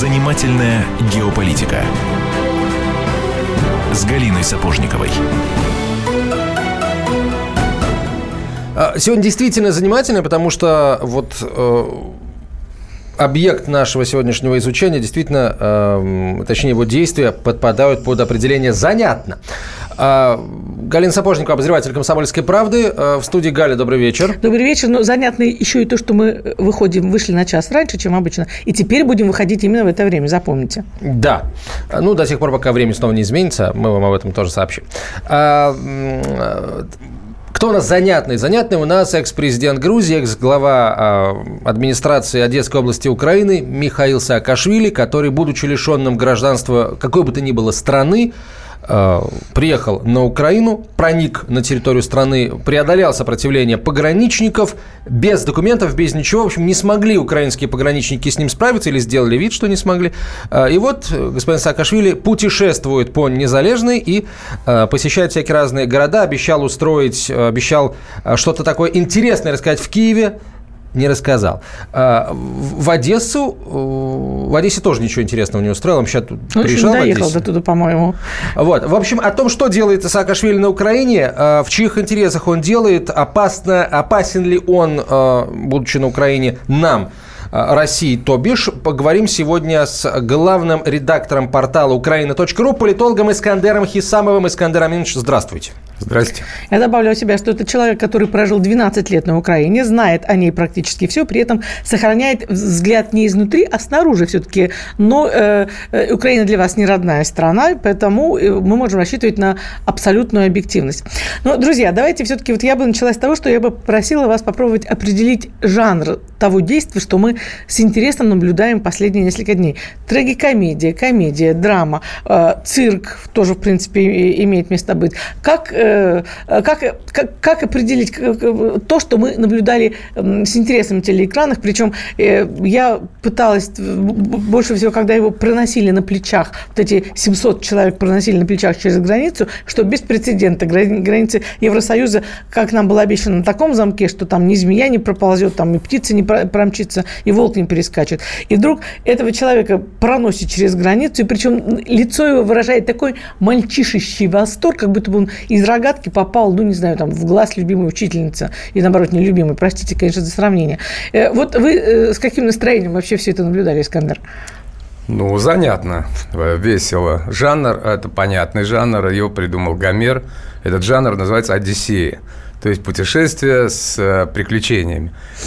Занимательная геополитика с Галиной Сапожниковой. Сегодня действительно занимательно, потому что объект нашего сегодняшнего изучения действительно, точнее его действия подпадают под определение «занятно». Галина Сапожникова, обозреватель «Комсомольской правды». В студии Галя, добрый вечер. Добрый вечер. Но занятно еще и то, что мы вышли на час раньше, чем обычно. И теперь будем выходить именно в это время, запомните. Да. Ну, до тех пор, пока время снова не изменится, мы вам об этом тоже сообщим. Кто у нас занятный? Занятный у нас экс-президент Грузии, экс-глава администрации Одесской области Украины Михаил Саакашвили, который, будучи лишенным гражданства какой бы то ни было страны, приехал на Украину, проник на территорию страны, преодолел сопротивление пограничников, без документов, без ничего. В общем, не смогли украинские пограничники с ним справиться или сделали вид, что не смогли. И вот господин Саакашвили путешествует по Незалежной и посещает всякие разные города. Обещал что-то такое интересное рассказать в Киеве. Не рассказал. В Одессе тоже ничего интересного не устроил. Он сейчас приезжал в Одессу. Доехал до туда, по-моему. Вот. В общем, о том, что делает Саакашвили на Украине, в чьих интересах он делает, опасен ли он, будучи на Украине, нам, России, то бишь, поговорим сегодня с главным редактором портала Украина.ру, политологом Искандером Хисамовым. Искандер Аминович, здравствуйте. Здрасте. Я добавлю от себя, что это человек, который прожил 12 лет на Украине, знает о ней практически все, при этом сохраняет взгляд не изнутри, а снаружи все-таки. Но Украина для вас не родная страна, поэтому мы можем рассчитывать на абсолютную объективность. Но, друзья, давайте все-таки, я бы начала с того, что я бы просила вас попробовать определить жанр того действия, что мы с интересом наблюдаем последние несколько дней. Трагикомедия, комедия, драма, цирк тоже, в принципе, имеет место быть. Как определить то, что мы наблюдали с интересом на телеэкранах? Причем я пыталась больше всего, когда его проносили на плечах, вот эти 700 человек проносили на плечах через границу, что без прецедента. Границы Евросоюза, как нам было обещано, на таком замке, что там ни змея не проползет, там и птица не промчится, и волк не перескачет. И вдруг этого человека проносит через границу, и причем лицо его выражает такой мальчишащий восторг, как будто бы он из рогатки попал, в глаз любимой учительницы, и наоборот, нелюбимой. Простите, конечно, за сравнение. Вот вы с каким настроением вообще все это наблюдали, Искандер? Занятно, весело. Жанр – это понятный жанр, его придумал Гомер. Этот жанр называется «Одиссея». То есть путешествие с приключениями.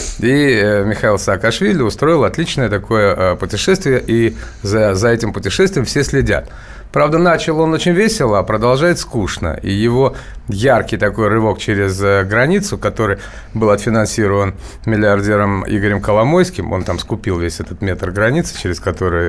И Михаил Саакашвили устроил отличное такое путешествие, и за этим путешествием все следят. Правда, начал он очень весело, а продолжает скучно. И его яркий такой рывок через границу, который был отфинансирован миллиардером Игорем Коломойским, он там скупил весь этот метр границы, через который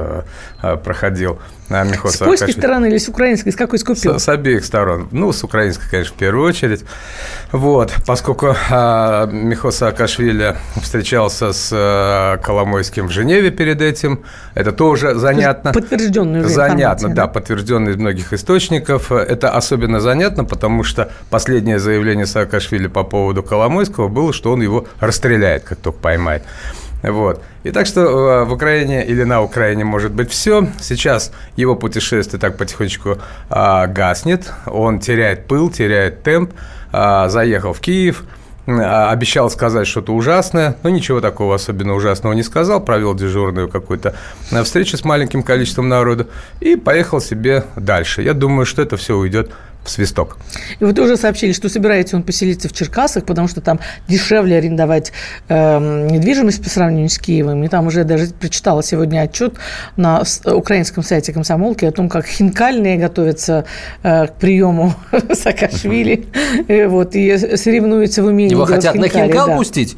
проходил Михаил Саакашвили. С польской стороны или с украинской? С какой скупил? С обеих сторон. С украинской, конечно, в первую очередь. Вот. Поскольку Михаил Саакашвили встречался с Коломойским в Женеве перед этим, это тоже занятно. Подтвержденную информацию. Занятно, да, подтвержденный из многих источников. Это особенно занятно, потому что последнее заявление Саакашвили по поводу Коломойского было, что он его расстреляет, как только поймает. Вот. И так что в Украине или на Украине может быть все. Сейчас его путешествие так потихонечку гаснет. Он теряет пыл, теряет темп. Заехал в Киев. Обещал сказать что-то ужасное, но ничего такого особенно ужасного не сказал. Провел дежурную какую-то встречу с маленьким количеством народу и поехал себе дальше. Я думаю, что это все уйдет в свисток. И вот уже сообщили, что собирается он поселиться в Черкасах, потому что там дешевле арендовать недвижимость по сравнению с Киевом. И там уже даже прочитала сегодня отчет на украинском сайте «Комсомолки» о том, как хинкальные готовятся к приему Саакашвили. Вот, и соревнуются в умении его делать хотят хинкали, на хинкал пустить?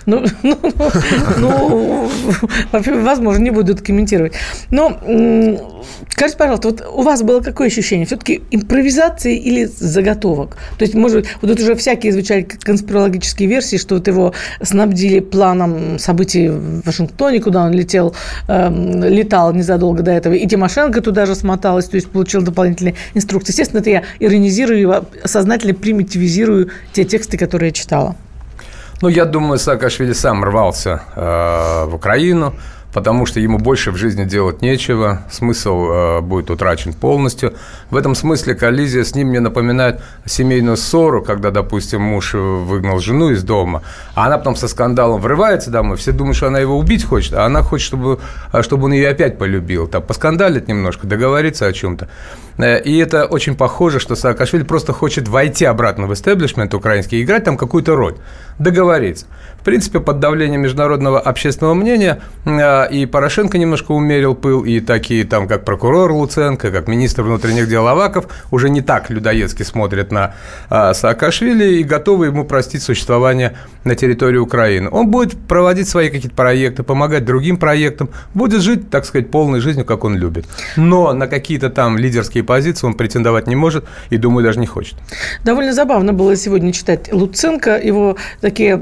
Возможно, не буду это комментировать. Но скажите, пожалуйста, вот у вас было какое ощущение? Все-таки импровизации или заготовок? То есть, может быть, вот тут уже всякие звучали конспирологические версии, что вот его снабдили планом событий в Вашингтоне, куда он летал незадолго до этого, и Тимошенко туда же смоталась, то есть получил дополнительные инструкции. Естественно, это я иронизирую, сознательно примитивизирую те тексты, которые я читала. Я думаю, Саакашвили сам рвался в Украину, потому что ему больше в жизни делать нечего, смысл будет утрачен полностью. В этом смысле коллизия с ним мне напоминает семейную ссору, когда, допустим, муж выгнал жену из дома, а она потом со скандалом врывается домой, все думают, что она его убить хочет, а она хочет, чтобы он ее опять полюбил, там, поскандалить немножко, договориться о чем-то. И это очень похоже, что Саакашвили просто хочет войти обратно в истеблишмент украинский и играть там какую-то роль, договориться. В принципе, под давлением международного общественного мнения и Порошенко немножко умерил пыл, и такие там, как прокурор Луценко, как министр внутренних дел Аваков, уже не так людоедски смотрят на Саакашвили и готовы ему простить существование на территории Украины. Он будет проводить свои какие-то проекты, помогать другим проектам, будет жить, так сказать, полной жизнью, как он любит. Но на какие-то там лидерские позиции он претендовать не может и, думаю, даже не хочет. Довольно забавно было сегодня читать Луценко, его такое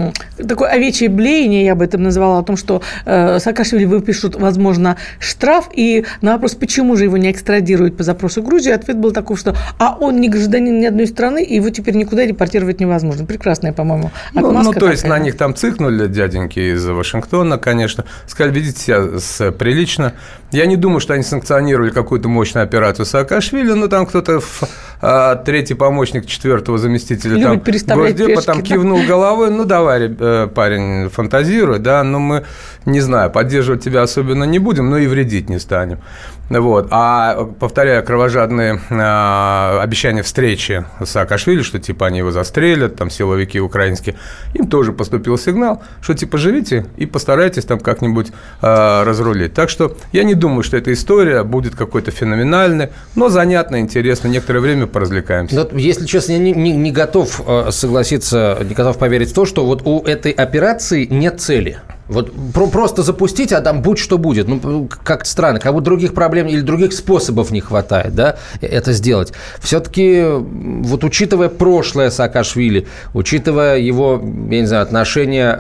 овечье блеяние, я бы это назвала, о том, что Саакашвили выпишут, возможно, штраф, и на вопрос, почему же его не экстрадируют по запросу Грузии, ответ был такой, что он не гражданин ни одной страны, и его теперь никуда депортировать невозможно. Прекрасная, по-моему, отмазка. То есть на них там цыкнули дяденьки из Вашингтона, конечно, сказали, ведите себя прилично. Я не думаю, что они санкционировали какую-то мощную операцию Саакашвили, но там кто-то, третий помощник 4-го заместителя там, Госдепа, там кивнул головой, давай, парень, фантазируй, да, но мы, не знаю, поддерживать тебя особенно не будем, но и вредить не станем. Вот. А, повторяю, кровожадные обещания встречи с Саакашвили, что типа они его застрелят, там силовики украинские, им тоже поступил сигнал, что типа живите и постарайтесь там как-нибудь разрулить. Так что я не думаю, что эта история будет какой-то феноменальной, но занятной, интересной. Некоторое время поразвлекаемся. Но, если честно, я не готов согласиться, не готов поверить в то, что вот у этой операции нет цели. Вот просто запустить, а там будь что будет. Как-то странно, как будто других проблем или других способов не хватает, да, это сделать. Все-таки, вот учитывая прошлое Саакашвили, учитывая его, я не знаю, отношение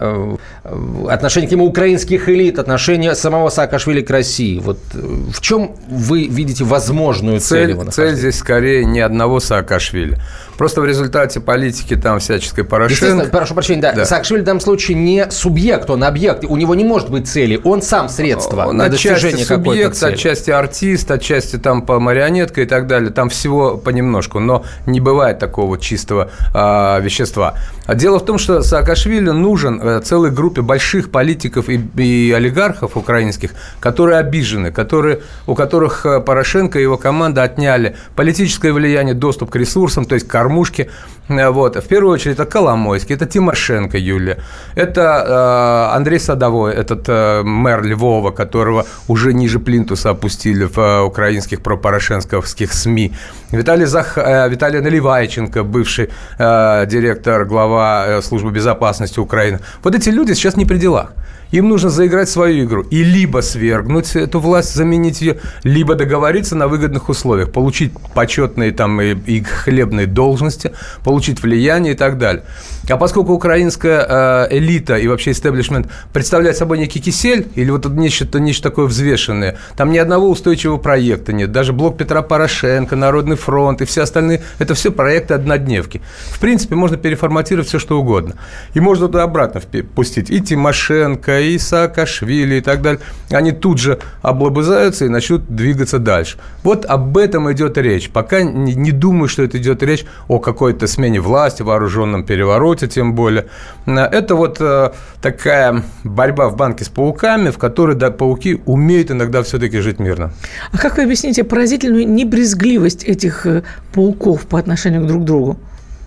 к нему украинских элит, отношение самого Саакашвили к России, вот в чем вы видите возможную цель его нахождения? Цель здесь скорее не одного Саакашвили. Просто в результате политики там всяческой Порошенко... Прошу прощения, да. Саакашвили в данном случае не субъект, он объект. У него не может быть цели, он сам средство на достижение какой-то цели. Отчасти артист, отчасти там по марионетка и так далее. Там всего понемножку, но не бывает такого чистого вещества. Дело в том, что Саакашвили нужен целой группе больших политиков и олигархов украинских, которые обижены, у которых Порошенко и его команда отняли политическое влияние, доступ к ресурсам, то есть к кормушке. Вот. В первую очередь это Коломойский, это Тимошенко Юлия, это Андрей Садовой, этот мэр Львова, которого уже ниже плинтуса опустили в украинских пропорошенковских СМИ, Виталий Наливайченко, бывший директор, глава службы безопасности Украины. Вот эти люди сейчас не при делах. Им нужно заиграть свою игру и либо свергнуть эту власть, заменить ее, либо договориться на выгодных условиях, получить почетные там и хлебные должности, получить влияние и так далее. А поскольку украинская элита и вообще истеблишмент представляет собой некий кисель или вот нечто такое взвешенное, там ни одного устойчивого проекта нет. Даже блок Петра Порошенко, Народный фронт и все остальные – это все проекты однодневки. В принципе, можно переформатировать все, что угодно. И можно туда обратно пустить и Тимошенко, и Саакашвили и так далее. Они тут же облобызаются и начнут двигаться дальше. Вот об этом идет речь. Пока не думаю, что это идет речь о какой-то смене власти, вооруженном перевороте, тем более. Это вот такая борьба в банке с пауками, в которой пауки умеют иногда все-таки жить мирно. А как вы объясните поразительную небрезгливость этих пауков по отношению друг к другу?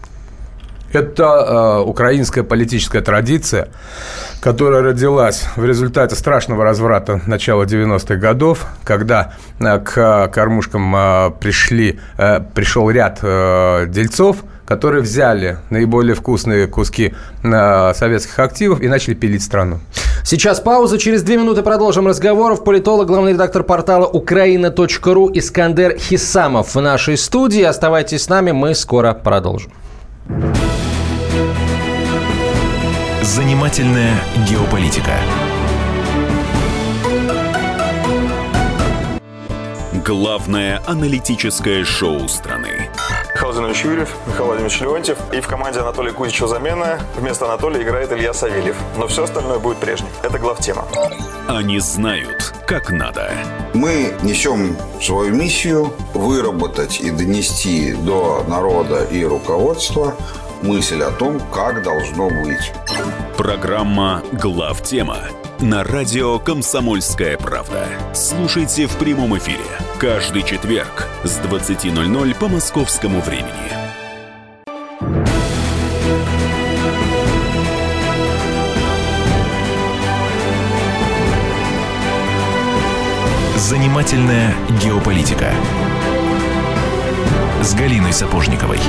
Это украинская политическая традиция, которая родилась в результате страшного разврата начала 90-х годов, когда к кормушкам пришел ряд дельцов, которые взяли наиболее вкусные куски советских активов и начали пилить страну. Сейчас пауза. Через 2 минуты продолжим разговор. Политолог, главный редактор портала Украина.ру Искандер Хисамов в нашей студии. Оставайтесь с нами, мы скоро продолжим. Занимательная геополитика. Главное аналитическое шоу страны. Михаил Зинович Юрьев, Михаил Владимирович Леонтьев. И в команде Анатолия Кузичева замена. Вместо Анатолия играет Илья Савельев. Но все остальное будет прежним. Это главтема. Они знают, как надо. Мы несем свою миссию выработать и донести до народа и руководства мысль о том, как должно быть. Программа «Главтема» на радио «Комсомольская правда». Слушайте в прямом эфире каждый четверг с 20:00 по московскому времени. Занимательная геополитика с Галиной Сапожниковой.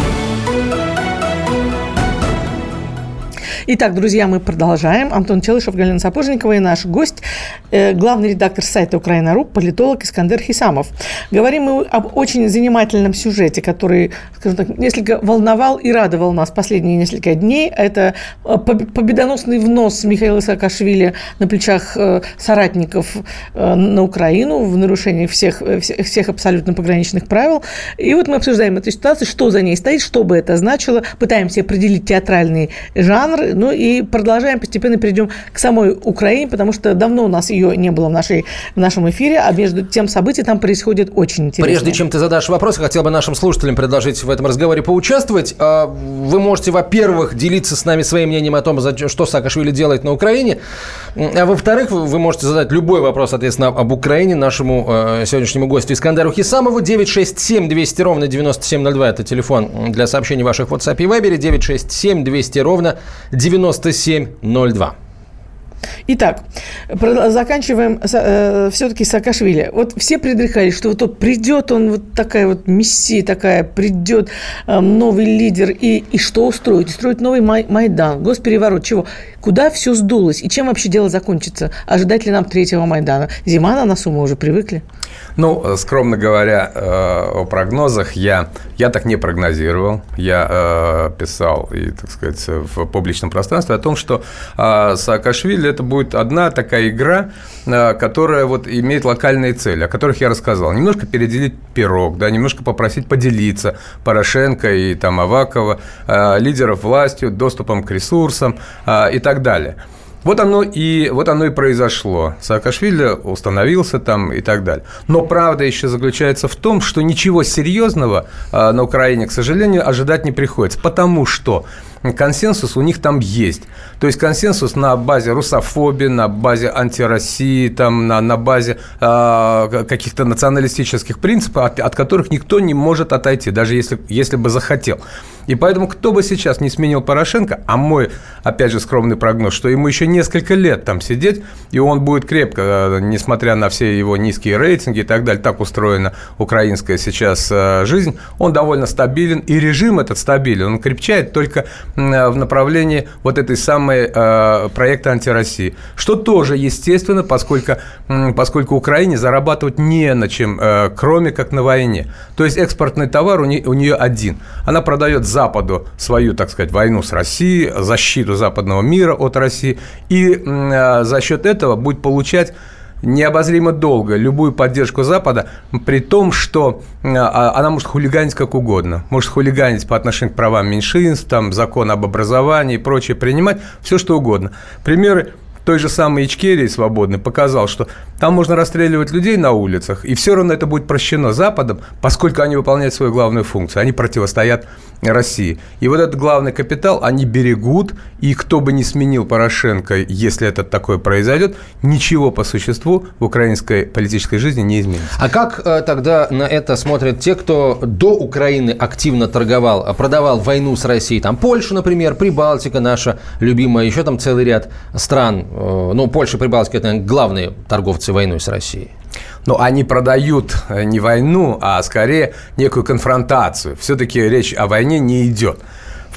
Итак, друзья, мы продолжаем. Антон Челышев, Галина Сапожникова и наш гость, главный редактор сайта Украина.ру, политолог Искандер Хисамов. Говорим мы об очень занимательном сюжете, который, скажем так, несколько волновал и радовал нас последние несколько дней. Это победоносный внос Михаила Саакашвили на плечах соратников на Украину в нарушении всех абсолютно пограничных правил. И вот мы обсуждаем эту ситуацию, что за ней стоит, что бы это значило, пытаемся определить театральный жанр. Ну и продолжаем, постепенно перейдем к самой Украине, потому что давно у нас ее не было в нашем эфире, а между тем события там происходят очень интересные. Прежде чем ты задашь вопрос, я хотел бы нашим слушателям предложить в этом разговоре поучаствовать. Вы можете, во-первых, делиться с нами своим мнением о том, что Саакашвили делает на Украине, а во-вторых, вы можете задать любой вопрос, соответственно, об Украине нашему сегодняшнему гостю Искандеру Хисамову. 967-200-97-02 – это телефон для сообщений ваших в WhatsApp и Viber. 967-200-97-02. Итак, заканчиваем все-таки Саакашвили. Вот все предрекали, что вот придет он, вот такая вот мессия такая, придет новый лидер, и что устроить? Устроить новый Майдан, госпереворот, чего? Куда все сдулось? И чем вообще дело закончится? Ожидать ли нам третьего Майдана? Зима на носу, мы уже привыкли. Ну, скромно говоря, о прогнозах я так не прогнозировал. Я писал, и, так сказать, в публичном пространстве о том, что Саакашвили – это будет одна такая игра, которая вот имеет локальные цели, о которых я рассказал. Немножко переделить пирог, да, немножко попросить поделиться Порошенко и там Авакова, лидеров властью, доступом к ресурсам и так далее. Вот оно и произошло. Саакашвили установился там и так далее. Но правда еще заключается в том, что ничего серьезного на Украине, к сожалению, ожидать не приходится. Потому что консенсус у них там есть. То есть консенсус на базе русофобии, на базе антироссии, там, на базе каких-то националистических принципов, от которых никто не может отойти, даже если бы захотел. И поэтому, кто бы сейчас не сменил Порошенко, а мой, опять же, скромный прогноз, что ему еще несколько лет там сидеть, и он будет крепко, несмотря на все его низкие рейтинги и так далее, так устроена украинская сейчас жизнь, он довольно стабилен, и режим этот стабилен, он крепчает только в направлении вот этой самой проекта антироссии, что тоже естественно, поскольку Украине зарабатывать не на чем, кроме как на войне. То есть экспортный товар у нее один. Она продает Западу свою, так сказать, войну с Россией, защиту западного мира от России, и за счет этого будет получать необозримо долго любую поддержку Запада, при том, что она может хулиганить как угодно. Может хулиганить по отношению к правам меньшинств, там, закон об образовании и прочее, принимать все, что угодно. Примеры той же самой Ичкерии свободной показал, что там можно расстреливать людей на улицах, и все равно это будет прощено Западом, поскольку они выполняют свою главную функцию, они противостоят России. И вот этот главный капитал они берегут, и кто бы ни сменил Порошенко, если это такое произойдет, ничего по существу в украинской политической жизни не изменится. А как тогда на это смотрят те, кто до Украины активно торговал, продавал войну с Россией? Там Польша, например, Прибалтика наша любимая, еще там целый ряд стран. Ну, Польша и Прибалтика – это, наверное, главные торговцы войной с Россией. Но они продают не войну, а скорее некую конфронтацию. Все-таки речь о войне не идет. В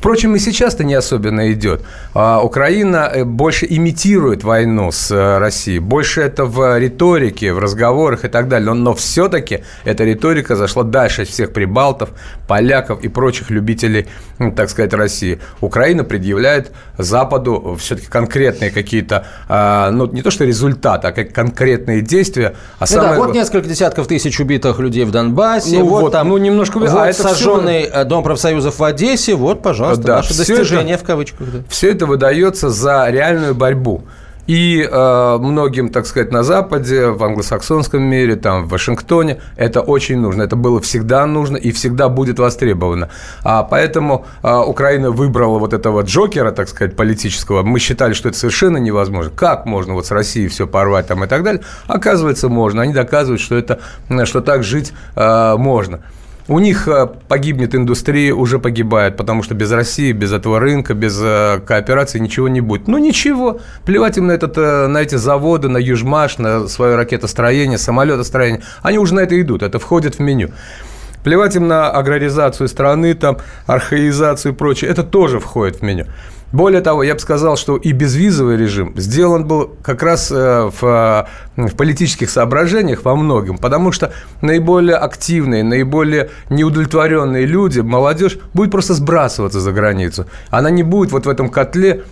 Впрочем, и сейчас-то не особенно идет. Украина больше имитирует войну с Россией, больше это в риторике, в разговорах и так далее. Но все-таки эта риторика зашла дальше всех прибалтов, поляков и прочих любителей, так сказать, России. Украина предъявляет Западу все-таки конкретные какие-то, не то что результаты, а как конкретные действия. Вот несколько десятков тысяч убитых людей в Донбассе, немножко... Вот сожженный Дом профсоюзов в Одессе, вот, пожалуйста, наше достижение в кавычках. Да. Все это выдается за реальную борьбу. И многим, так сказать, на Западе, в англосаксонском мире, там, в Вашингтоне это очень нужно. Это было всегда нужно и всегда будет востребовано. Поэтому Украина выбрала вот этого Джокера, так сказать, политического. Мы считали, что это совершенно невозможно. Как можно вот с Россией все порвать там и так далее? Оказывается, можно. Они доказывают, что так жить можно. У них погибнет индустрия, уже погибает, потому что без России, без этого рынка, без кооперации ничего не будет. Ничего, плевать им на эти заводы, на Южмаш, на свое ракетостроение, самолетостроение. Они уже на это идут, это входит в меню. Плевать им на аграризацию страны, там, архаизацию и прочее, это тоже входит в меню. Более того, я бы сказал, что и безвизовый режим сделан был как раз в политических соображениях во многом, потому что наиболее активные, наиболее неудовлетворенные люди, молодежь, будет просто сбрасываться за границу. Она не будет вот в этом котле,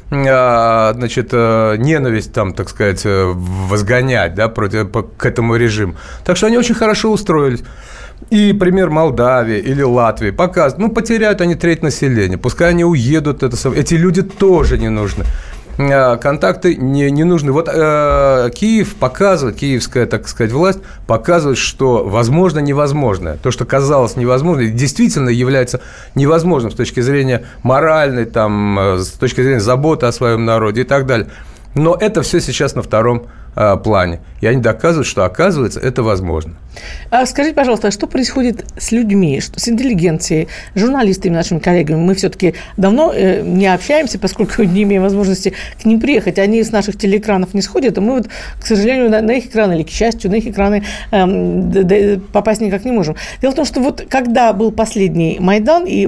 ненависть, там, так сказать, возгонять, да, к этому режиму. Так что они очень хорошо устроились. И пример Молдавии или Латвии показывает, потеряют они треть населения, пускай они уедут, эти люди тоже не нужны. Контакты не нужны. Вот Киев показывает, киевская, так сказать, власть показывает, что возможно невозможное. То, что казалось невозможным, действительно является невозможным с точки зрения моральной, там, с точки зрения заботы о своем народе и так далее. Но это все сейчас на втором плане. И они доказывают, что, оказывается, это возможно. Скажите, пожалуйста, а что происходит с людьми, с интеллигенцией, журналистами, нашими коллегами? Мы все-таки давно не общаемся, поскольку не имеем возможности к ним приехать. Они с наших телеэкранов не сходят, а мы, вот, к сожалению, на их экраны, или, к счастью, на их экраны попасть никак не можем. Дело в том, что вот когда был последний Майдан, и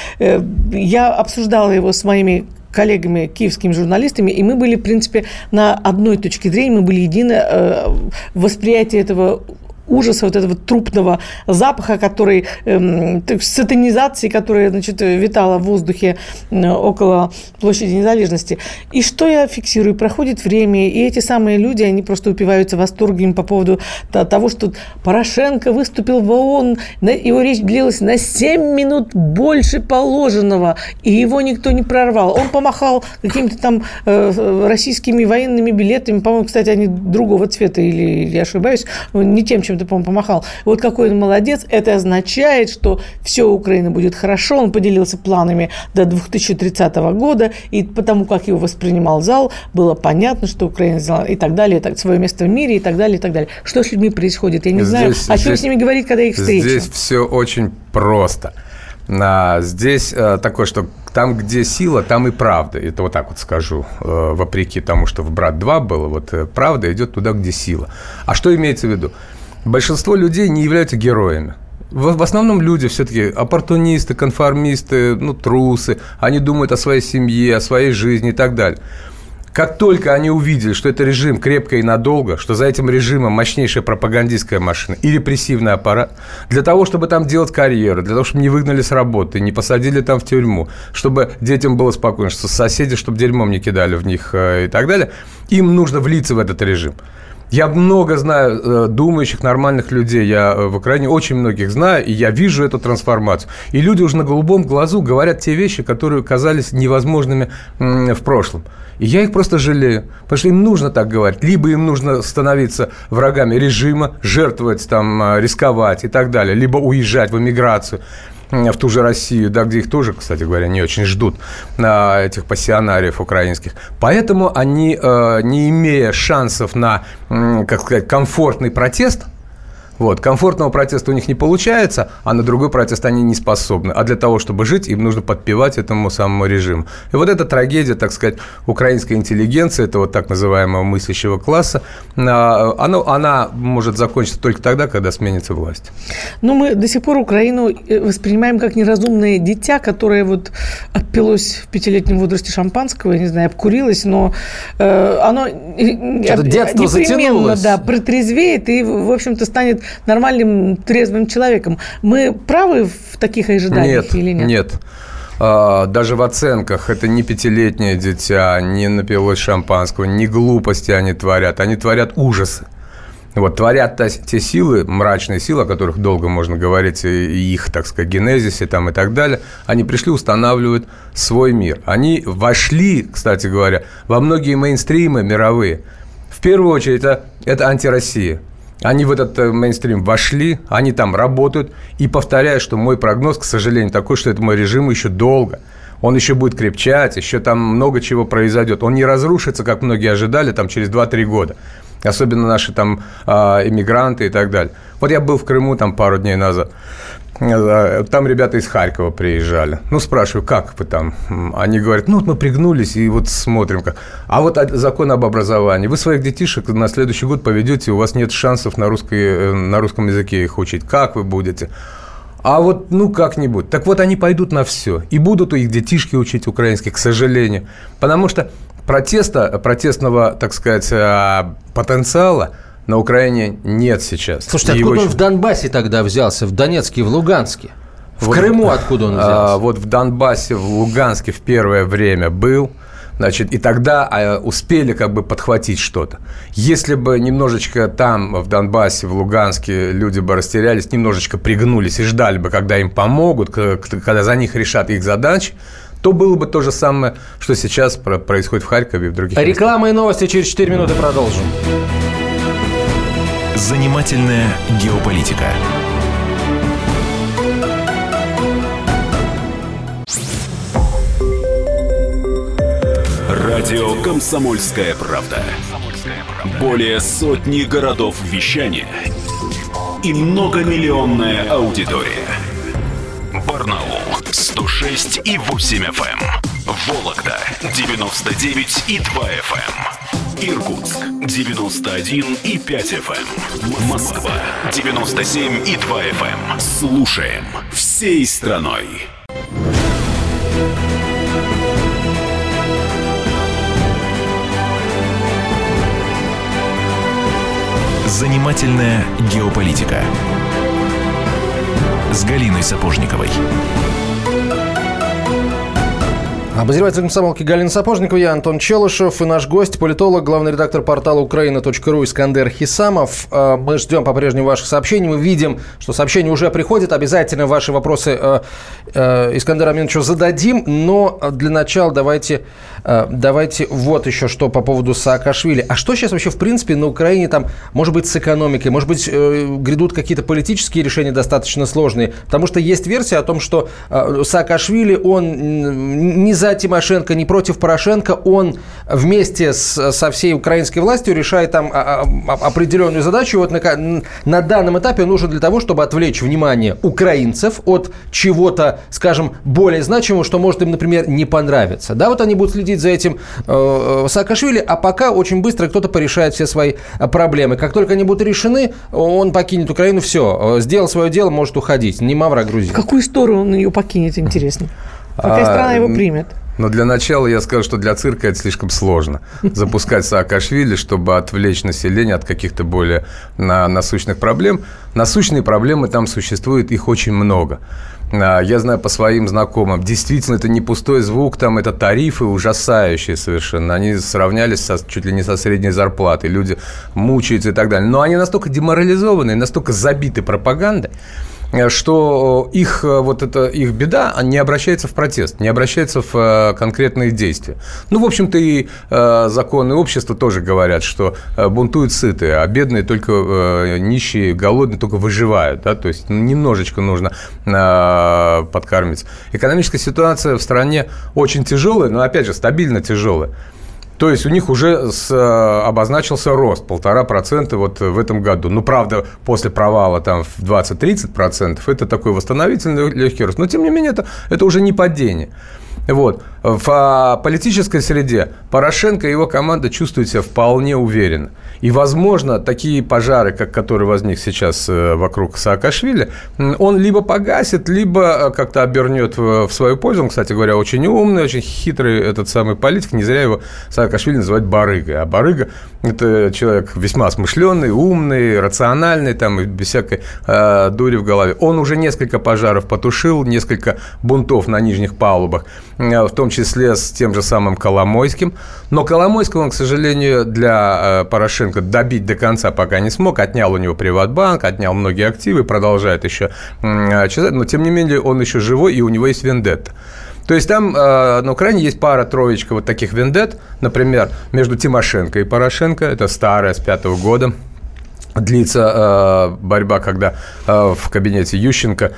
я обсуждала его с моими коллегами, киевскими журналистами, и мы были, в принципе, на одной точке зрения, мы были едины в восприятии этого ужаса, вот этого трупного запаха, который, сатанизации, которая, витала в воздухе около площади Незалежности. И что я фиксирую? Проходит время, и эти самые люди, они просто упиваются восторгом по поводу того, что Порошенко выступил в ООН, его речь длилась на 7 минут больше положенного, и его никто не прорвал. Он помахал какими-то там российскими военными билетами, по-моему, кстати, они другого цвета, или я ошибаюсь, не тем, чем по-моему, помахал. Вот какой он молодец. Это означает, что все у Украины будет хорошо. Он поделился планами до 2030 года. И потому, как его воспринимал зал, было понятно, что Украина взяла и так далее, свое место в мире и так далее, и так далее. Что с людьми происходит? Я не знаю. О чем с ними говорить, когда их встречу? Здесь все очень просто. Здесь такое, что там, где сила, там и правда. Это вот так вот скажу. Вопреки тому, что в «Брат 2» было, вот правда идет туда, где сила. А что имеется в виду? Большинство людей не являются героями. В основном люди все-таки оппортунисты, конформисты, трусы. Они думают о своей семье, о своей жизни и так далее. Как только они увидели, что это режим крепко и надолго, что за этим режимом мощнейшая пропагандистская машина и репрессивный аппарат, для того, чтобы там делать карьеру, для того, чтобы не выгнали с работы, не посадили там в тюрьму, чтобы детям было спокойно, что соседи, чтобы дерьмом не кидали в них и так далее, им нужно влиться в этот режим. Я много знаю думающих, нормальных людей. Я в Украине очень многих знаю, и я вижу эту трансформацию. И люди уже на голубом глазу говорят те вещи, которые казались невозможными в прошлом. И я их просто жалею, потому что им нужно так говорить. Либо им нужно становиться врагами режима, жертвовать, там, рисковать и так далее, либо уезжать в эмиграцию в ту же Россию, да, где их тоже, кстати говоря, не очень ждут, этих пассионариев украинских. Поэтому они, не имея шансов на, как сказать, комфортный протест, Вот. Комфортного протеста у них не получается, а на другой протест они не способны. А для того, чтобы жить, им нужно подпевать этому самому режиму. И вот эта трагедия, так сказать, украинской интеллигенции, этого так называемого мыслящего класса, она может закончиться только тогда, когда сменится власть. Но мы до сих пор Украину воспринимаем как неразумное дитя, которое вот опилось в 5-летнем возрасте шампанского, я не знаю, обкурилось, но оно детство непременно затянулось. протрезвеет и, в общем-то, станет нормальным, трезвым человеком. Мы правы в таких ожиданиях или нет? Нет. Даже в оценках это не 5-летнее дитя, не напилось шампанского, не глупости они творят ужасы. Вот, творят те силы, мрачные силы, о которых долго можно говорить, и их, так сказать, генезисе там, и так далее, они пришли устанавливать свой мир. Они вошли, кстати говоря, во многие мейнстримы мировые. В первую очередь, это антироссия. Они в этот мейнстрим вошли, они там работают. И повторяю, что мой прогноз, к сожалению, такой, что этому режиму еще долго. Он еще будет крепчать, еще там много чего произойдет. Он не разрушится, как многие ожидали, там, через 2-3 года. Особенно наши там иммигранты и так далее. Вот я был в Крыму там пару дней назад. Там ребята из Харькова приезжали. Ну, спрашиваю, как вы там? Они говорят, мы пригнулись и вот смотрим как. А вот закон об образовании. Вы своих детишек на следующий год поведете, у вас нет шансов на русском языке их учить. Как вы будете? А вот, как-нибудь. Так вот, они пойдут на все. И будут у их детишки учить украинский, к сожалению. Потому что протестного, так сказать, потенциала на Украине нет сейчас. Слушайте, откуда он в Донбассе тогда взялся? В Донецке и в Луганске? В Крыму откуда он взялся? Вот в Донбассе, в Луганске в первое время был. Значит, и тогда успели как бы подхватить что-то. Если бы немножечко там, в Донбассе, в Луганске, люди бы растерялись, немножечко пригнулись и ждали бы, когда им помогут, когда за них решат их задачи, то было бы то же самое, что сейчас происходит в Харькове и в других местах. Реклама и новости через 4 минуты продолжим. Занимательная геополитика. Радио «Комсомольская правда». Более сотни городов вещания и многомиллионная аудитория. Барнаул 106,8 FM. Вологда 99,2 FM. Иркутск 91,5 FM. Москва 97,2 FM. Слушаем всей страной. Занимательная геополитика с Галиной Сапожниковой. Обозреватель комсомолки Галина Сапожникова, я Антон Челышев и наш гость, политолог, главный редактор портала Украина.ру Искандер Хисамов. Мы ждем по-прежнему ваших сообщений. Мы видим, что сообщения уже приходят. Обязательно ваши вопросы Искандеру Аминовичу зададим. Но для начала давайте вот еще что по поводу Саакашвили. А что сейчас вообще в принципе на Украине там, может быть, с экономикой? Может быть, грядут какие-то политические решения достаточно сложные? Потому что есть версия о том, что Саакашвили, он не за Тимошенко, не против Порошенко, он вместе со всей украинской властью решает там определенную задачу. Вот на данном этапе нужно для того, чтобы отвлечь внимание украинцев от чего-то, скажем, более значимого, что может им, например, не понравиться. Да, вот они будут следить за этим Саакашвили, а пока очень быстро кто-то порешает все свои проблемы. Как только они будут решены, он покинет Украину, все, сделал свое дело, может уходить. Не Мавра, а Грузия. В какую сторону он ее покинет, интересно? Какая страна его примет? Но для начала я скажу, что для цирка это слишком сложно. Запускать Саакашвили, чтобы отвлечь население от каких-то более насущных проблем. Насущные проблемы там существуют, их очень много. Я знаю по своим знакомым, действительно, это не пустой звук, там это тарифы ужасающие совершенно. Они сравнялись чуть ли не со средней зарплатой, люди мучаются и так далее. Но они настолько деморализованы, настолько забиты пропагандой, что их беда не обращается в протест, не обращается в конкретные действия. Ну, в общем-то, и законы общества тоже говорят, что бунтуют сытые, а бедные только нищие, голодные только выживают. Да? То есть немножечко нужно подкармить. Экономическая ситуация в стране очень тяжелая, но, опять же, стабильно тяжелая. То есть у них уже обозначился рост 1,5% вот в этом году. Ну, правда, после провала там в 20-30% это такой восстановительный легкий рост. Но, тем не менее, это уже не падение. Вот. В политической среде Порошенко и его команда чувствуют себя вполне уверенно. И, возможно, такие пожары, как который возник сейчас вокруг Саакашвили, он либо погасит, либо как-то обернет в свою пользу. Он, кстати говоря, очень умный, очень хитрый этот самый политик. Не зря его Саакашвили называют барыгой. А барыга – это человек весьма смышленый, умный, рациональный, там, и без всякой дури в голове. Он уже несколько пожаров потушил, несколько бунтов на нижних палубах, в том числе с тем же самым Коломойским. Но Коломойского он, к сожалению, для Порошенко добить до конца пока не смог. Отнял у него Приватбанк, отнял многие активы, продолжает еще чесать. Но, тем не менее, он еще живой, и у него есть вендетта. То есть там на Украине есть пара-троечка вот таких вендетт. Например, между Тимошенко и Порошенко. Это старая, с 5-го года. Длится борьба, когда в кабинете Ющенко,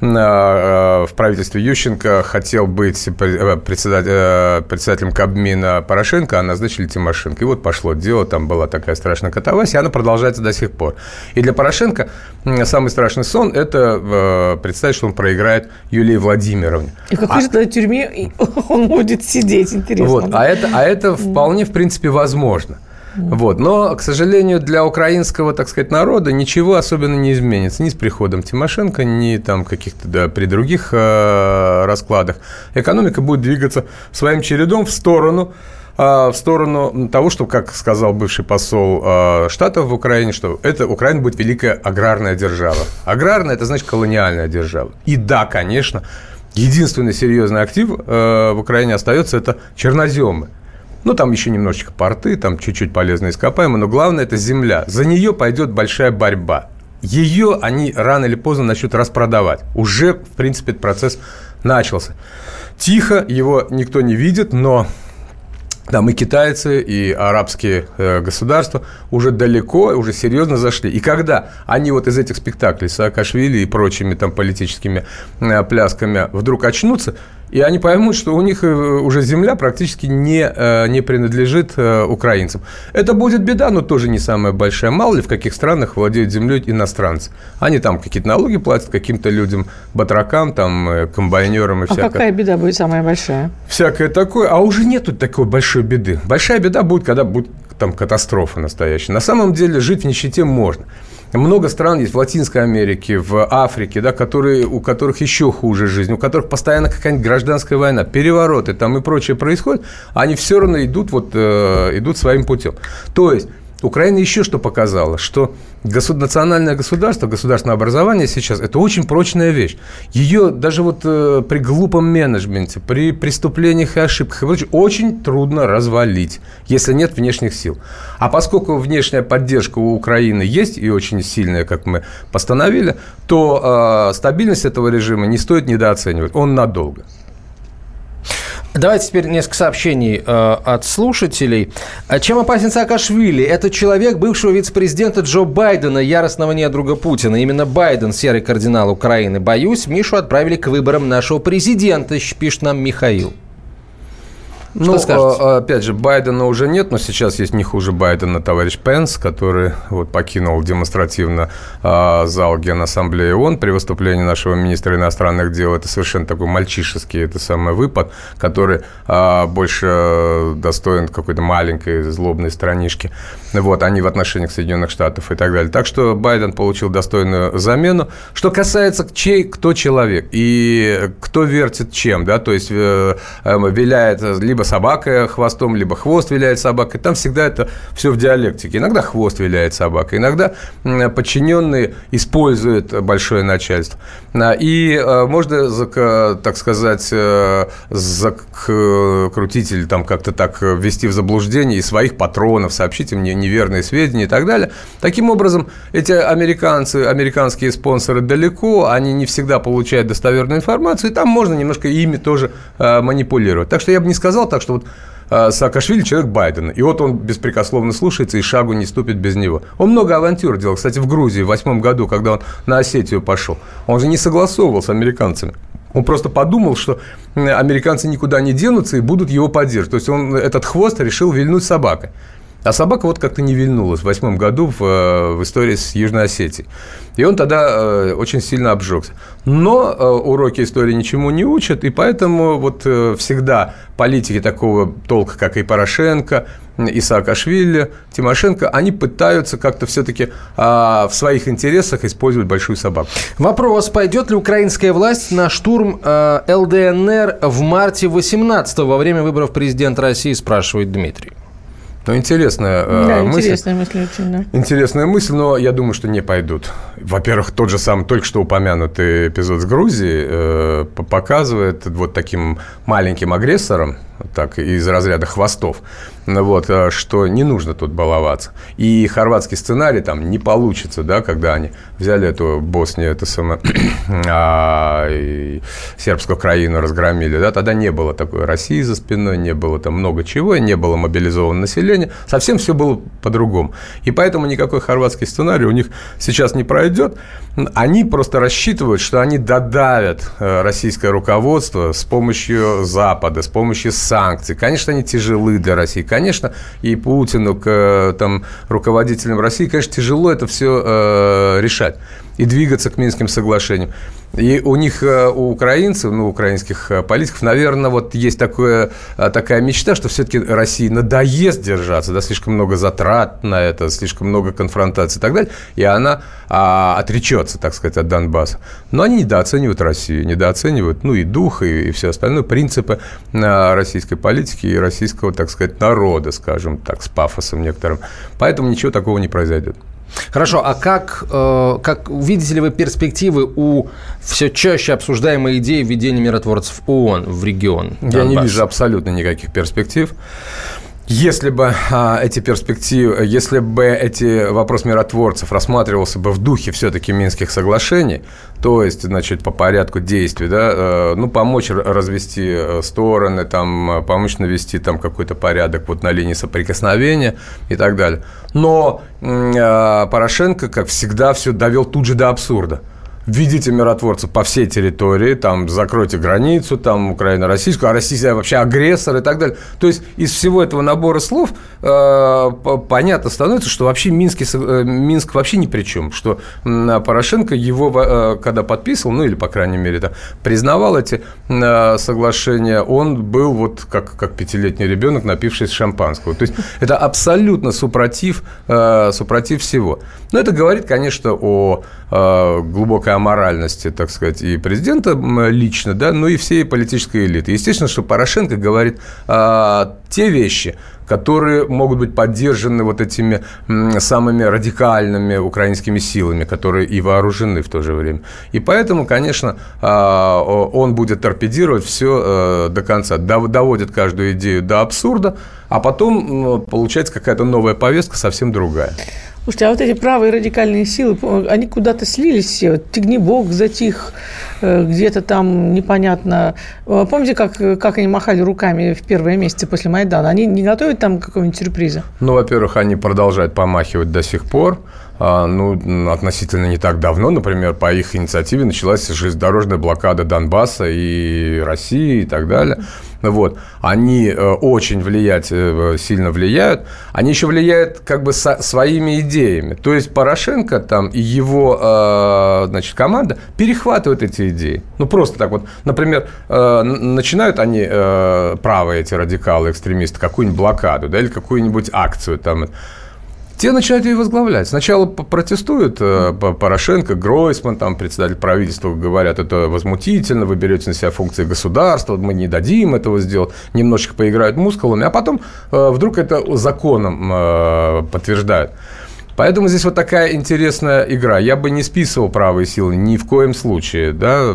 в правительстве Ющенко хотел быть председателем Кабмина Порошенко, а назначили Тимошенко. И вот пошло дело, там была такая страшная катавасия, она продолжается до сих пор. И для Порошенко самый страшный сон – это представить, что он проиграет Юлии Владимировне. И в какой же тогда тюрьме он будет сидеть, интересно. Вот, а это вполне, в принципе, возможно. Вот. Но, к сожалению, для украинского, так сказать, народа ничего особенно не изменится. Ни с приходом Тимошенко, ни там каких-то при других раскладах. Экономика будет двигаться своим чередом в сторону того, что, как сказал бывший посол Штатов в Украине, что Украина будет великая аграрная держава. Аграрная – это значит колониальная держава. И да, конечно, единственный серьезный актив в Украине остается – это черноземы. Ну, там еще немножечко порты, там чуть-чуть полезные ископаемые, но главное – это земля. За нее пойдет большая борьба. Ее они рано или поздно начнут распродавать. Уже, в принципе, этот процесс начался. Тихо, его никто не видит, но там и китайцы, и арабские государства уже далеко, уже серьезно зашли. И когда они вот из этих спектаклей с Саакашвили и прочими там политическими плясками вдруг очнутся, и они поймут, что у них уже земля практически не принадлежит украинцам. Это будет беда, но тоже не самая большая. Мало ли в каких странах владеют землей иностранцы. Они там какие-то налоги платят каким-то людям, батракам, там, комбайнерам и всякое. А какая беда будет самая большая? Всякое такое. А уже нету такой большой беды. Большая беда будет, когда будет там катастрофа настоящая. На самом деле жить в нищете можно. Много стран есть в Латинской Америке, в Африке, да, у которых еще хуже жизнь, у которых постоянно какая-нибудь граданская война, перевороты там и прочее происходит, они все равно идут своим путем. То есть Украина еще что показала, что национальное государство, государственное образование сейчас – это очень прочная вещь. Ее даже вот при глупом менеджменте, при преступлениях и ошибках и прочее, очень трудно развалить, если нет внешних сил. А поскольку внешняя поддержка у Украины есть и очень сильная, как мы постановили, то стабильность этого режима не стоит недооценивать. Он надолго. Давайте теперь несколько сообщений от слушателей. Чем опасен Саакашвили? Это человек бывшего вице-президента Джо Байдена, яростного недруга Путина. Именно Байден – серый кардинал Украины. Боюсь, Мишу отправили к выборам нашего президента, пишет нам Михаил. Что скажете? Опять же, Байдена уже нет, но сейчас есть не хуже Байдена товарищ Пенс, который вот покинул демонстративно зал Генассамблеи ООН при выступлении нашего министра иностранных дел. Это совершенно такой мальчишеский выпад, который больше достоин какой-то маленькой злобной странички. Вот, а не в отношениях Соединенных Штатов и так далее. Так что Байден получил достойную замену. Что касается кто человек и кто вертит чем, да, то есть виляет либо собака хвостом, либо хвост виляет собакой. Там всегда это все в диалектике. Иногда хвост виляет собакой, иногда подчиненные используют большое начальство. И можно, так сказать, закрутить или там как-то так ввести в заблуждение и своих патронов, сообщить им неверные сведения и так далее. Таким образом, эти американские спонсоры далеко, они не всегда получают достоверную информацию, и там можно немножко ими тоже манипулировать. Так что я бы не сказал так, что вот Саакашвили человек Байдена, и вот он беспрекословно слушается и шагу не ступит без него. Он много авантюр делал. Кстати, в Грузии в 2008 году, когда он на Осетию пошел, он же не согласовывал с американцами. Он просто подумал, что американцы никуда не денутся и будут его поддерживать. То есть он этот хвост решил вильнуть собакой. А собака вот как-то не вильнулась в 2008 году в истории с Южной Осетией. И он тогда очень сильно обжегся. Но уроки истории ничему не учат, и поэтому вот всегда политики такого толка, как и Порошенко, и Саакашвили, Тимошенко, они пытаются как-то все-таки в своих интересах использовать большую собаку. Вопрос: пойдет ли украинская власть на штурм ЛДНР в марте 18-го во время выборов президента России, спрашивает Дмитрий. Ну, интересная мысль. Интересная мысль очень, да. Интересная мысль, но я думаю, что не пойдут. Во-первых, тот же самый только что упомянутый эпизод с Грузией показывает вот таким маленьким агрессорам, так, из разряда хвостов, вот, что не нужно тут баловаться. И хорватский сценарий там не получится, да, когда они взяли эту Боснию, и сербскую краину разгромили, да, тогда не было такой России за спиной, не было там много чего, не было мобилизованного населения, совсем все было по-другому. И поэтому никакой хорватский сценарий у них сейчас не пройдет. Они просто рассчитывают, что они додавят российское руководство с помощью Запада, с помощью санкций. Конечно, они тяжелы для России. Конечно, и Путину, там, руководителям России, конечно, тяжело это все решать и двигаться к Минским соглашениям. И у них, у украинцев, украинских политиков, наверное, вот есть такая мечта, что все-таки России надоест держаться, да, слишком много затрат на это, слишком много конфронтаций и так далее, и она отречется, так сказать, от Донбасса. Но они недооценивают Россию, недооценивают, и дух, и все остальное, принципы российской политики и российского, так сказать, народа, скажем так, с пафосом некоторым. Поэтому ничего такого не произойдет. Хорошо, а как видите ли вы перспективы у все чаще обсуждаемой идеи введения миротворцев ООН в регион Донбасс? Я не вижу абсолютно никаких перспектив. Если бы эти вопрос миротворцев рассматривался бы в духе все-таки Минских соглашений, то есть, значит, по порядку действий, да, помочь развести стороны, там, помочь навести там какой-то порядок вот на линии соприкосновения и так далее. Но Порошенко, как всегда, все довел тут же до абсурда. Введите миротворцев по всей территории, там, закройте границу, там, Украина-российскую, а Россия вообще агрессор и так далее. То есть, из всего этого набора слов понятно становится, что вообще Минск вообще ни при чем, что Порошенко его, когда подписывал, или, по крайней мере, там, признавал эти соглашения, он был вот как 5-летний ребенок, напившись шампанского. То есть, это абсолютно супротив всего. Но это говорит, конечно, о глубокой аморальности, так сказать, и президента лично, да, и всей политической элиты. Естественно, что Порошенко говорит те вещи, которые могут быть поддержаны вот этими самыми радикальными украинскими силами, которые и вооружены в то же время. И поэтому, конечно, он будет торпедировать все до конца, доводит каждую идею до абсурда, а потом получается какая-то новая повестка, совсем другая. Слушайте, а вот эти правые радикальные силы, они куда-то слились все? Тягнебок затих, где-то там непонятно. Помните, как они махали руками в первые месяцы после Майдана? Они не готовят там какого-нибудь сюрприза? Во-первых, они продолжают помахивать до сих пор. Относительно не так давно, например, по их инициативе началась железнодорожная блокада Донбасса и России и так далее. Вот. Они очень сильно влияют. Они еще влияют как бы своими идеями. То есть Порошенко там и его команда перехватывают эти идеи. Просто так вот. Например, начинают они, правые эти радикалы, экстремисты, какую-нибудь блокаду, да, или какую-нибудь акцию там. Те начинают ее возглавлять. Сначала протестуют Порошенко, Гройсман, там, председатель правительства, говорят, это возмутительно, вы берете на себя функции государства, мы не дадим этого сделать, немножечко поиграют мускулами, а потом вдруг это законом подтверждают. Поэтому здесь вот такая интересная игра. Я бы не списывал правые силы ни в коем случае. Да?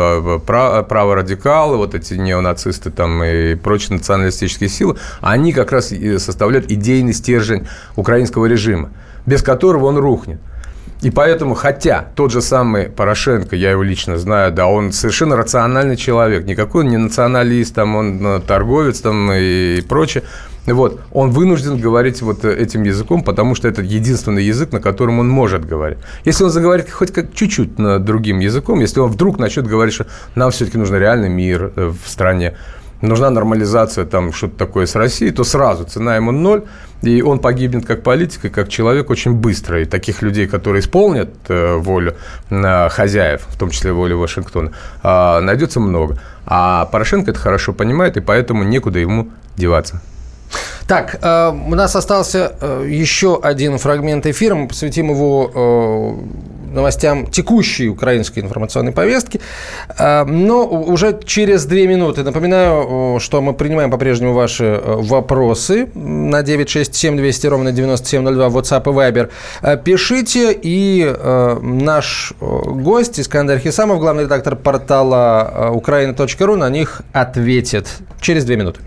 Праворадикалы, вот эти неонацисты там, и прочие националистические силы, они как раз составляют идейный стержень украинского режима, без которого он рухнет. И поэтому, хотя тот же самый Порошенко, я его лично знаю, да, он совершенно рациональный человек, никакой он не националист, там, он торговец там, и прочее. Вот, он вынужден говорить вот этим языком, потому что это единственный язык, на котором он может говорить. Если он заговорит хоть как чуть-чуть другим языком, если он вдруг начнет говорить, что нам все-таки нужен реальный мир в стране, нужна нормализация, там что-то такое с Россией, то сразу цена ему 0, и он погибнет как политик и как человек очень быстро. И таких людей, которые исполнят волю хозяев, в том числе волю Вашингтона, найдется много. А Порошенко это хорошо понимает, и поэтому некуда ему деваться. Так, у нас остался еще один фрагмент эфира. Мы посвятим его новостям текущей украинской информационной повестки. Но уже через 2 минуты. Напоминаю, что мы принимаем по-прежнему ваши вопросы на 967 200 ровно 9702 WhatsApp и Viber. Пишите, и наш гость Искандер Хисамов, главный редактор портала Ukraina.ru, на них ответит через 2 минуты.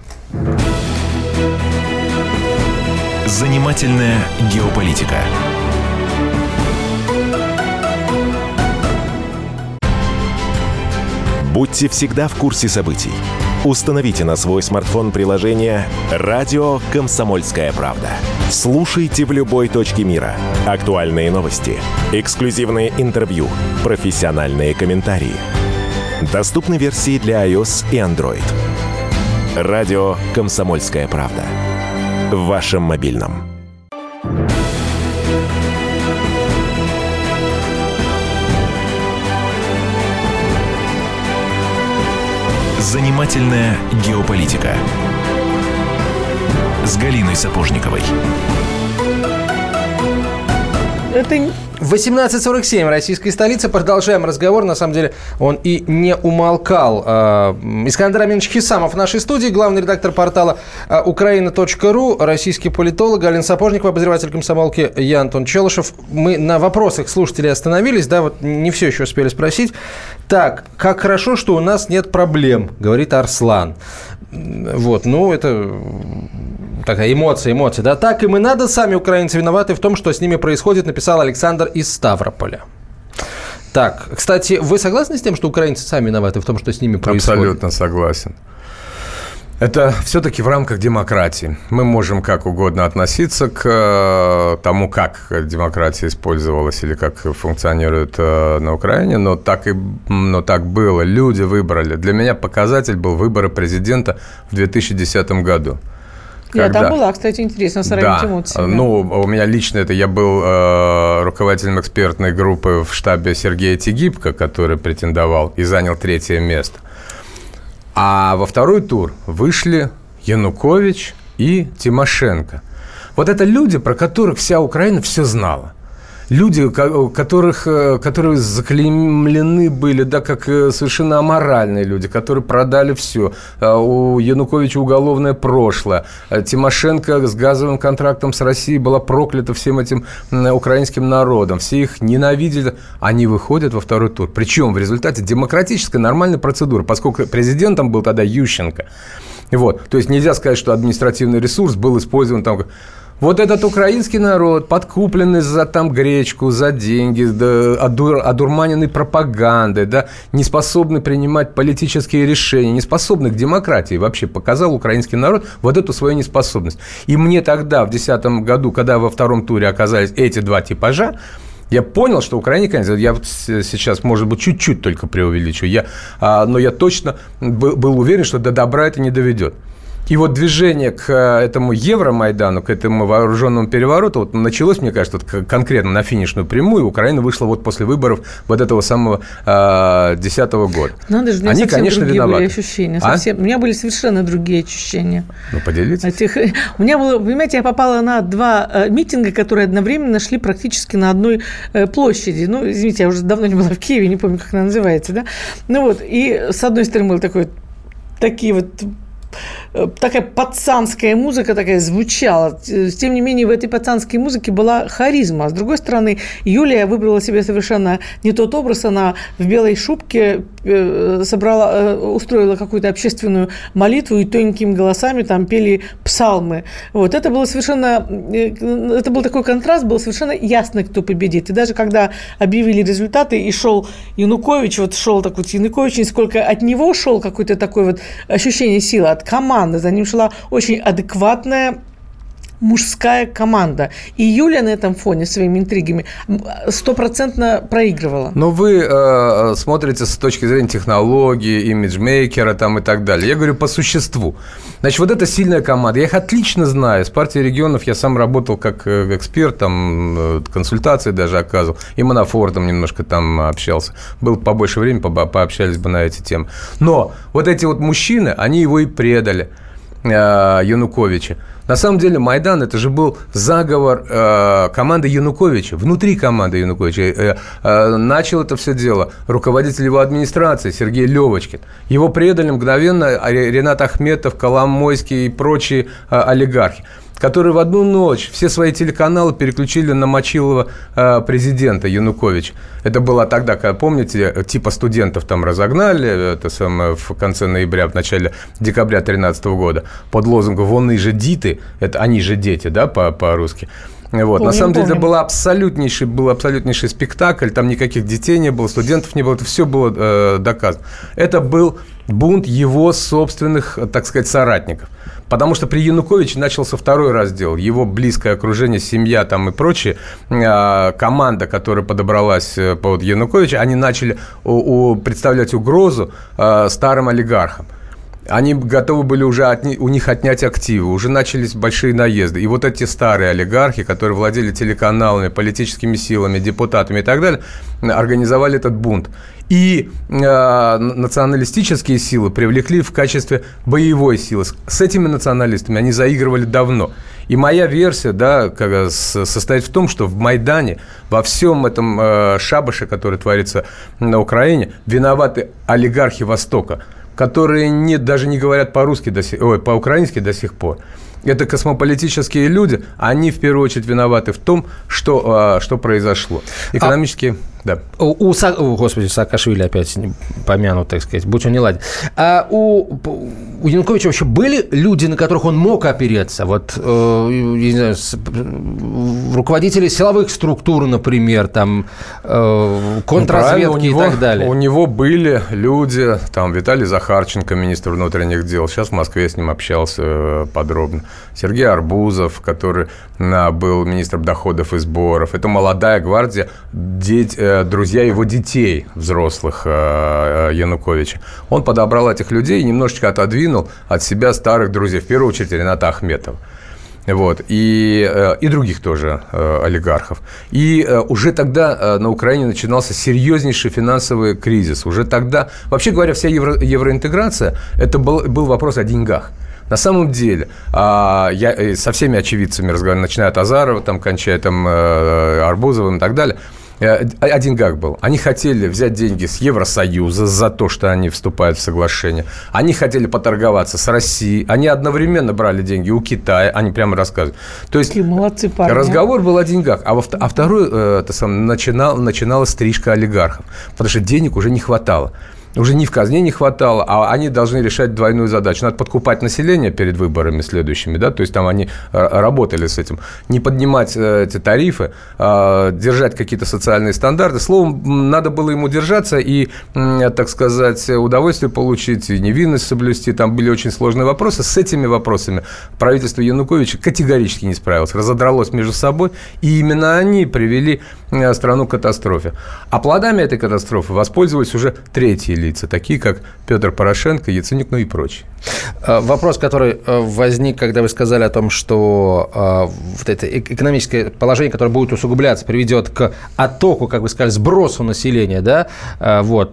Занимательная геополитика. Будьте всегда в курсе событий. Установите на свой смартфон приложение «Радио Комсомольская правда». Слушайте в любой точке мира. Актуальные новости, эксклюзивные интервью, профессиональные комментарии. Доступны версии для iOS и Android. «Радио Комсомольская правда». В вашем мобильном. Занимательная геополитика с Галиной Сапожниковой. Это 18:47, российская столица. Продолжаем разговор. На самом деле он и не умолкал. Искандер Аминович Хисамов в нашей студии, главный редактор портала Ukraina.ru, российский политолог, Галина Сапожникова, обозреватель комсомолки, я Антон Челышев. Мы на вопросах слушателей остановились, да, вот не все еще успели спросить. Так, как хорошо, что у нас нет проблем, говорит Арслан. Вот, ну, это такая эмоция, да. Так им и надо, сами украинцы виноваты в том, что с ними происходит, написал Александр из Ставрополя. Так, кстати, вы согласны с тем, что украинцы сами виноваты в том, что с ними происходит? Абсолютно согласен. Это все-таки в рамках демократии. Мы можем как угодно относиться к тому, как демократия использовалась или как функционирует на Украине, но так было. Люди выбрали. Для меня показатель был выборы президента в 2010 году. Там была, кстати, интересно сравнить эмоции. Да. Ну, у меня лично я был руководителем экспертной группы в штабе Сергея Тегибко, который претендовал и занял 3-е место. А во второй тур вышли Янукович и Тимошенко. Вот это люди, про которых вся Украина все знала. Люди, которые заклеймлены были, да, как совершенно аморальные люди, которые продали все. У Януковича уголовное прошлое. Тимошенко с газовым контрактом с Россией была проклята всем этим украинским народом. Все их ненавидели. Они выходят во второй тур. Причем в результате демократической нормальной процедуры, поскольку президентом был тогда Ющенко. Вот. То есть нельзя сказать, что административный ресурс был использован там. Вот этот украинский народ, подкупленный за там гречку, за деньги, да, одурманенный пропагандой, да, не способный принимать политические решения, не способный к демократии, вообще показал украинский народ вот эту свою неспособность. И мне тогда, в 2010 году, когда во втором туре оказались эти два типажа, я понял, что Украине, конечно, я сейчас, может быть, чуть-чуть только преувеличу, но я точно был уверен, что до добра это не доведет. И вот движение к этому Евромайдану, к этому вооруженному перевороту вот началось, мне кажется, вот конкретно на финишную прямую. Украина вышла вот после выборов вот этого самого 2010 года. Надо же, у меня они, совсем конечно, другие виноваты. были ощущения. У меня были совершенно другие ощущения. Ну, поделитесь. У меня было, понимаете, я попала на 2 митинга, которые одновременно шли практически на одной площади. Ну, извините, я уже давно не была в Киеве, не помню, как она называется, да. Ну вот, и с одной стороны был такие вот такая пацанская музыка такая звучала. Тем не менее, в этой пацанской музыке была харизма. А с другой стороны, Юлия выбрала себе совершенно не тот образ. Она в белой шубке устроила какую-то общественную молитву и тоненькими голосами там пели псалмы. Вот. Это был такой контраст, было совершенно ясно, кто победит. И даже когда объявили результаты, и шел Янукович, Янукович, сколько от него шел какое-то такое вот ощущение силы, от команды. За ним шла очень адекватная мужская команда. И Юля на этом фоне своими интригами 100% проигрывала. Но вы смотрите с точки зрения технологии, имиджмейкера там и так далее. Я говорю по существу. Значит, вот эта сильная команда. Я их отлично знаю. С партией регионов я сам работал как эксперт, там консультации даже оказывал. И Манафортом немножко там общался. Было побольше времени, пообщались бы на эти темы. Но вот эти вот мужчины, они его и предали, Януковича. На самом деле Майдан – это же был заговор команды Януковича, внутри команды Януковича. Начал это все дело руководитель его администрации Сергей Левочкин. Его предали мгновенно Ренат Ахметов, Коломойский и прочие олигархи, которые в одну ночь все свои телеканалы переключили на мочилова президента Януковича. Это было тогда, когда, помните, типа студентов там разогнали, это самое, в конце ноября, в начале декабря 2013 года, под лозунгом «Вон и же диты», это «они же дети», да, по-русски. Вот. На самом деле это был абсолютнейший спектакль, там никаких детей не было, студентов не было, это все было доказано. Это был бунт его собственных, так сказать, соратников. Потому что при Януковиче начался второй раздел. Его близкое окружение, семья там и прочие, команда, которая подобралась под Януковича, они начали представлять угрозу старым олигархам. Они готовы были уже у них отнять активы, уже начались большие наезды. И вот эти старые олигархи, которые владели телеканалами, политическими силами, депутатами и так далее, организовали этот бунт. И националистические силы привлекли в качестве боевой силы. С этими националистами они заигрывали давно. И моя версия, да, состоит в том, что в Майдане, во всем этом шабаше, который творится на Украине, виноваты олигархи Востока, которые даже не говорят по-украински до сих пор. Это космополитические люди, они в первую очередь виноваты в том, что произошло. Экономически, да. Господи, Саакашвили опять помянут, так сказать, будь он не ладен. А у Януковича вообще были люди, на которых он мог опереться? Вот, я не знаю, руководители силовых структур, например, там, контрразведки и так далее. У него были люди, там, Виталий Захарченко, министр внутренних дел, сейчас в Москве с ним общался подробно. Сергей Арбузов, который был министром доходов и сборов. Это молодая гвардия, друзья его детей, взрослых Януковича. Он подобрал этих людей и немножечко отодвинул от себя старых друзей, в первую очередь Рената Ахметова. Вот, и других тоже олигархов. И уже тогда на Украине начинался серьезнейший финансовый кризис. Уже тогда, вообще говоря, вся евроинтеграция – это был вопрос о деньгах. На самом деле, я со всеми очевидцами разговаривал, начиная от Азарова, там, кончая там, Арбузовым и так далее, о деньгах был. Они хотели взять деньги с Евросоюза за то, что они вступают в соглашение. Они хотели поторговаться с Россией. Они одновременно брали деньги у Китая. Они прямо рассказывают. То есть молодцы, парни. Разговор был о деньгах. А второй начиналась стрижка олигархов. Потому что денег уже не хватало. Уже ни в казне не хватало, а они должны решать двойную задачу. Надо подкупать население перед выборами следующими, да, то есть там они работали с этим. Не поднимать эти тарифы, держать какие-то социальные стандарты. Словом, надо было ему держаться и, так сказать, удовольствие получить, и невинность соблюсти. Там были очень сложные вопросы. С этими вопросами правительство Януковича категорически не справилось. Разодралось между собой, и именно они привели страну к катастрофе. А плодами этой катастрофы воспользовались уже третьи лица, такие как Петр Порошенко, Яценюк, ну и прочие. Вопрос, который возник, когда вы сказали о том, что вот это экономическое положение, которое будет усугубляться, приведет к оттоку, как вы сказали, сбросу населения, да, вот,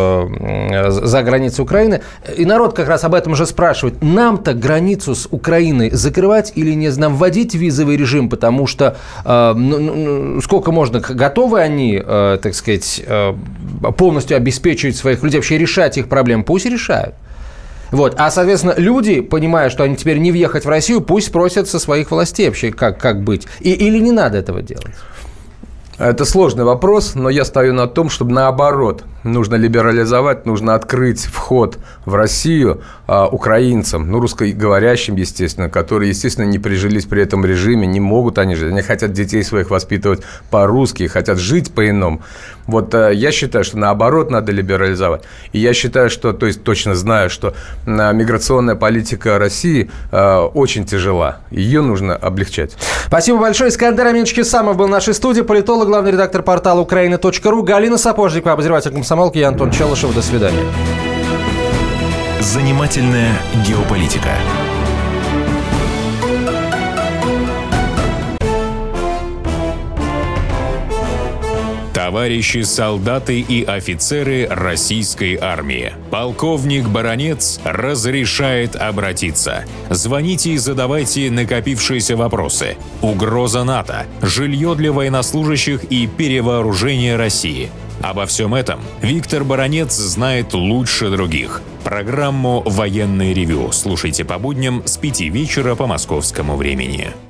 за границей Украины. И народ как раз об этом же спрашивает. Нам-то границу с Украиной закрывать или не нам вводить визовый режим, потому что сколько можно, готовы они, так сказать, полностью обеспечивать своих людей, вообще решать их проблемы? Пусть решают. Вот. А, соответственно, люди, понимая, что они теперь не въехать в Россию, пусть спросят со своих властей вообще, как быть. Или не надо этого делать? Это сложный вопрос, но я стою на том, чтобы наоборот, нужно либерализовать, нужно открыть вход в Россию украинцам, русскоговорящим, естественно, которые, естественно, не прижились при этом режиме, не могут они жить, они хотят детей своих воспитывать по-русски, хотят жить по-иному. Вот я считаю, что наоборот надо либерализовать. И я считаю, что, то есть точно знаю, что миграционная политика России очень тяжела, ее нужно облегчать. Спасибо большое. Искандер Аминович Кесамов был в нашей студии, политолог, главный редактор портала Украина.ру, Галина Сапожникова, обозреватель «Комсомолки», и Антон Челышев. До свидания. Занимательная геополитика. Товарищи солдаты и офицеры российской армии. Полковник Баранец разрешает обратиться. Звоните и задавайте накопившиеся вопросы. Угроза НАТО, жилье для военнослужащих и перевооружение России. Обо всем этом Виктор Баранец знает лучше других. Программу «Военное ревю» слушайте по будням с 5 вечера по московскому времени.